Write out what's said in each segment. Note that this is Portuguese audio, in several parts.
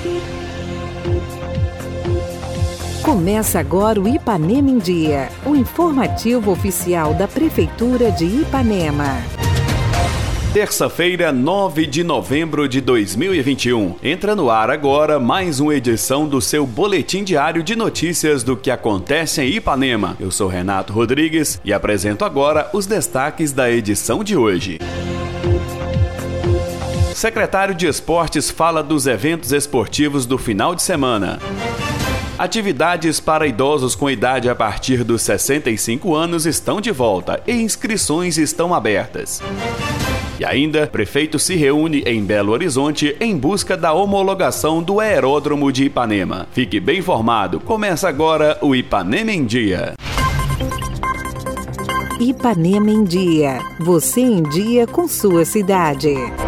Começa agora o Ipanema em Dia, o informativo oficial da Prefeitura de Ipanema. Terça-feira, 9 de novembro de 2021. Entra no ar agora mais uma edição do seu boletim diário de notícias do que acontece em Ipanema. Eu sou Renato Rodrigues e apresento agora os destaques da edição de hoje. Secretário de Esportes fala dos eventos esportivos do final de semana. Atividades para idosos com idade a partir dos 65 anos estão de volta e inscrições estão abertas. E ainda, prefeito se reúne em Belo Horizonte em busca da homologação do aeródromo de Ipanema. Fique bem informado, começa agora o Ipanema em Dia. Ipanema em Dia, você em dia com sua cidade.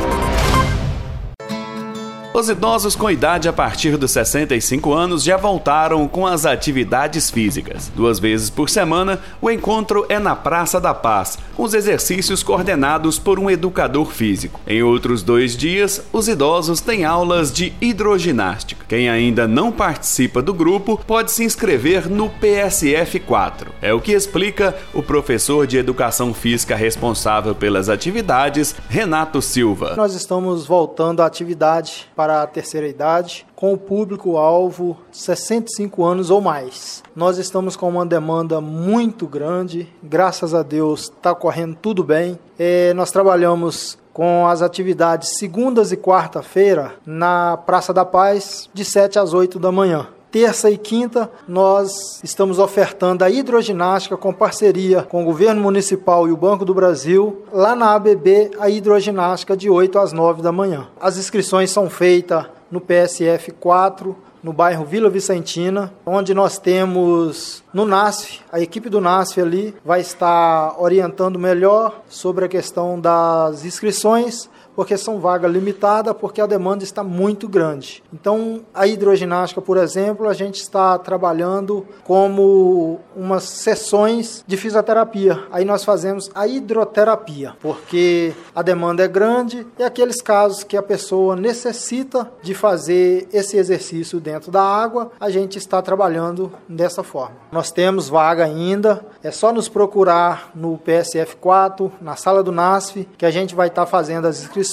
Os idosos com idade a partir dos 65 anos já voltaram com as atividades físicas. 2 vezes por semana, o encontro é na Praça da Paz, com os exercícios coordenados por um educador físico. Em outros 2 dias, os idosos têm aulas de hidroginástica. Quem ainda não participa do grupo pode se inscrever no PSF 4. É o que explica o professor de Educação Física responsável pelas atividades, Renato Silva. Nós estamos voltando à atividade para a terceira idade, com o público-alvo 65 anos ou mais. Nós estamos com uma demanda muito grande, graças a Deus está correndo tudo bem. Nós trabalhamos com as atividades segundas e quarta-feira na Praça da Paz, de 7 às 8 da manhã. Terça e quinta, nós estamos ofertando a hidroginástica com parceria com o Governo Municipal e o Banco do Brasil, lá na ABB, a hidroginástica de 8 às 9 da manhã. As inscrições são feitas no PSF 4, no bairro Vila Vicentina, onde nós temos no NASF, a equipe do NASF ali vai estar orientando melhor sobre a questão das inscrições, porque são vagas limitadas, porque a demanda está muito grande. Então, a hidroginástica, por exemplo, a gente está trabalhando como umas sessões de fisioterapia. Aí nós fazemos a hidroterapia, porque a demanda é grande e aqueles casos que a pessoa necessita de fazer esse exercício dentro da água, a gente está trabalhando dessa forma. Nós temos vaga ainda, é só nos procurar no PSF 4, na sala do NASF, que a gente vai estar fazendo as inscrições.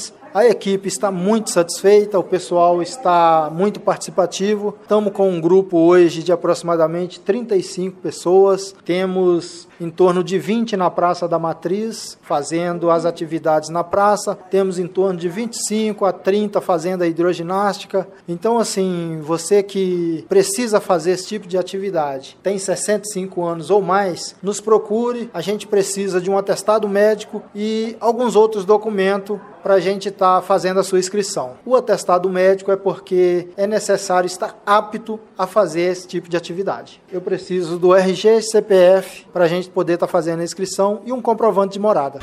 A equipe está muito satisfeita, o pessoal está muito participativo. Estamos com um grupo hoje de aproximadamente 35 pessoas. Temos em torno de 20 na Praça da Matriz, fazendo as atividades na praça. Temos em torno de 25 a 30 fazendo a hidroginástica. Então, assim, você que precisa fazer esse tipo de atividade, tem 65 anos ou mais, nos procure. A gente precisa de um atestado médico e alguns outros documentos para a gente estar fazendo a sua inscrição. O atestado médico é porque é necessário estar apto a fazer esse tipo de atividade. Eu preciso do RG, CPF, para a gente poder estar fazendo a inscrição e um comprovante de morada.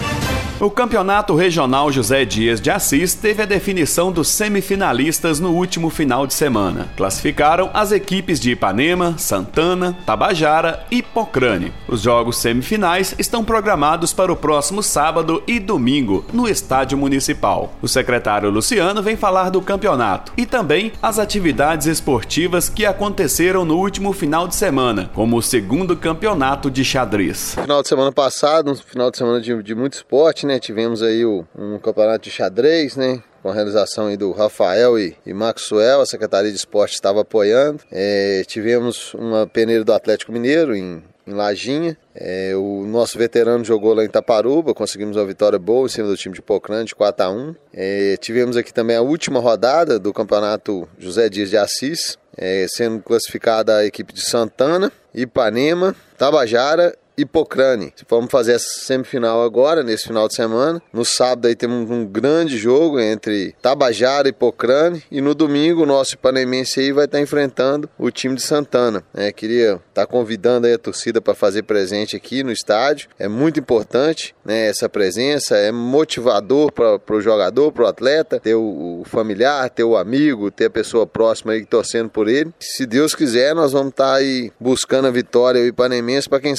O Campeonato Regional José Dias de Assis teve a definição dos semifinalistas no último final de semana. Classificaram as equipes de Ipanema, Santana, Tabajara e Pocrane. Os jogos semifinais estão programados para o próximo sábado e domingo, no Estádio Municipal. O secretário Luciano vem falar do campeonato e também as atividades esportivas que aconteceram no último final de semana, como o 2º campeonato de xadrez. Final de semana passado, um final de semana de muito esporte, né? Tivemos aí um campeonato de xadrez, né? Com a realização aí do Rafael e Maxwell, a Secretaria de Esporte estava apoiando. Tivemos uma peneira do Atlético Mineiro em Lajinha. O nosso veterano jogou lá em Taparuba, conseguimos uma vitória boa em cima do time de Pocrane, de 4-1. Tivemos aqui também a última rodada do campeonato José Dias de Assis, sendo classificada a equipe de Santana, Ipanema, Tabajara e Pocrane. Vamos fazer essa semifinal agora, nesse final de semana. No sábado aí temos um grande jogo entre Tabajara e Pocrane. E no domingo o nosso ipanemense aí vai estar enfrentando o time de Santana. Queria estar convidando aí a torcida para fazer presente aqui no estádio. É muito importante, né, essa presença, é motivador para o jogador, para o atleta, ter o familiar, ter o amigo, ter a pessoa próxima aí torcendo por ele. Se Deus quiser, nós vamos estar aí buscando a vitória o ipanemense para quem sabe fazer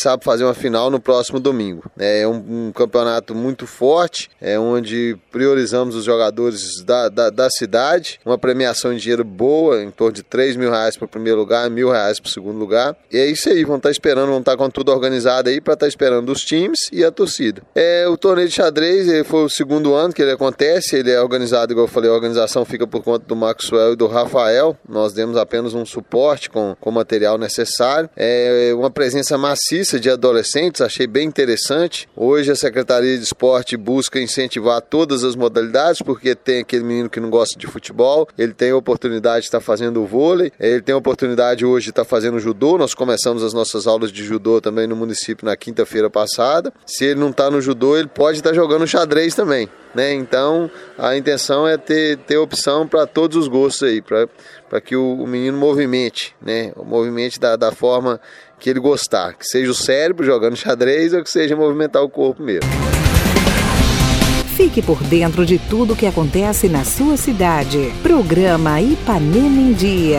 uma final no próximo domingo. É um campeonato muito forte, onde priorizamos os jogadores da cidade, uma premiação em dinheiro boa, em torno de R$3.000 para o primeiro lugar, R$1.000 para o segundo lugar. E é isso aí, vão estar com tudo organizado aí para estar esperando os times e a torcida. O torneio de xadrez foi o segundo ano que ele acontece, ele é organizado, igual eu falei, a organização fica por conta do Maxwell e do Rafael. Nós demos apenas um suporte com o material necessário. Uma presença maciça de adolescentes, achei bem interessante. Hoje a Secretaria de Esporte busca incentivar todas as modalidades, porque tem aquele menino que não gosta de futebol, ele tem a oportunidade de estar fazendo o vôlei, ele tem a oportunidade hoje de estar fazendo judô. Nós começamos as nossas aulas de judô também no município na quinta-feira passada. Se ele não está no judô, ele pode estar jogando xadrez também, né? Então a intenção é ter opção para todos os gostos aí, para que o menino movimente, né? Movimente da forma que ele gostar, que seja o cérebro jogando xadrez ou que seja movimentar o corpo mesmo. Fique por dentro de tudo o que acontece na sua cidade. Programa Ipanema em Dia.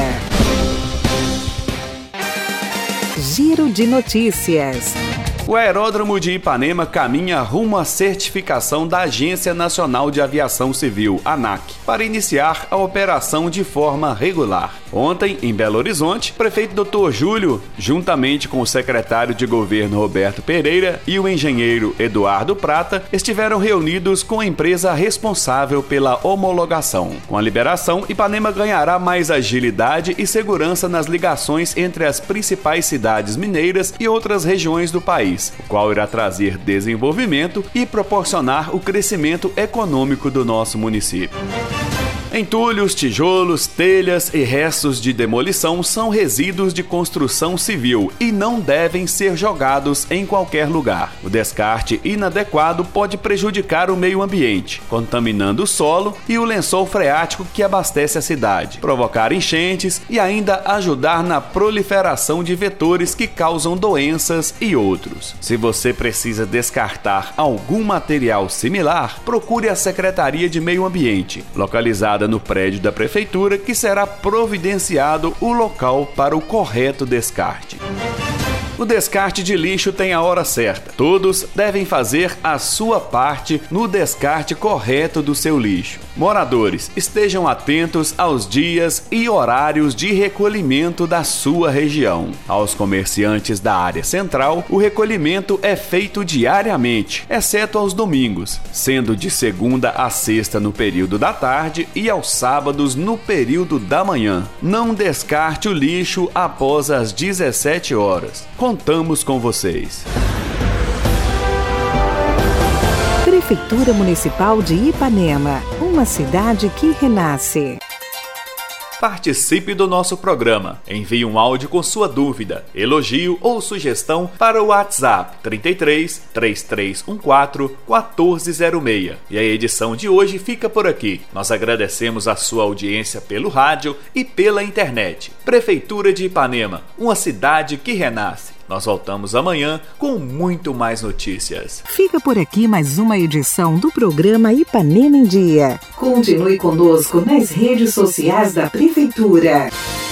Giro de notícias. O Aeródromo de Ipanema caminha rumo à certificação da Agência Nacional de Aviação Civil, ANAC, para iniciar a operação de forma regular. Ontem, em Belo Horizonte, o prefeito Dr. Júlio, juntamente com o secretário de governo Roberto Pereira e o engenheiro Eduardo Prata, estiveram reunidos com a empresa responsável pela homologação. Com a liberação, Ipanema ganhará mais agilidade e segurança nas ligações entre as principais cidades mineiras e outras regiões do país, o qual irá trazer desenvolvimento e proporcionar o crescimento econômico do nosso município. Entulhos, tijolos, telhas e restos de demolição são resíduos de construção civil e não devem ser jogados em qualquer lugar. O descarte inadequado pode prejudicar o meio ambiente, contaminando o solo e o lençol freático que abastece a cidade, provocar enchentes e ainda ajudar na proliferação de vetores que causam doenças e outros. Se você precisa descartar algum material similar, procure a Secretaria de Meio Ambiente, localizada no prédio da Prefeitura, que será providenciado o local para o correto descarte. O descarte de lixo tem a hora certa. Todos devem fazer a sua parte no descarte correto do seu lixo. Moradores, estejam atentos aos dias e horários de recolhimento da sua região. Aos comerciantes da área central, o recolhimento é feito diariamente, exceto aos domingos, sendo de segunda a sexta no período da tarde e aos sábados no período da manhã. Não descarte o lixo após as 17 horas. Contamos com vocês. Prefeitura Municipal de Ipanema, uma cidade que renasce. Participe do nosso programa. Envie um áudio com sua dúvida, elogio ou sugestão para o WhatsApp 33 3314 1406. E a edição de hoje fica por aqui. Nós agradecemos a sua audiência pelo rádio e pela internet. Prefeitura de Ipanema, uma cidade que renasce. Nós voltamos amanhã com muito mais notícias. Fica por aqui mais uma edição do programa Ipanema em Dia. Continue conosco nas redes sociais da Prefeitura.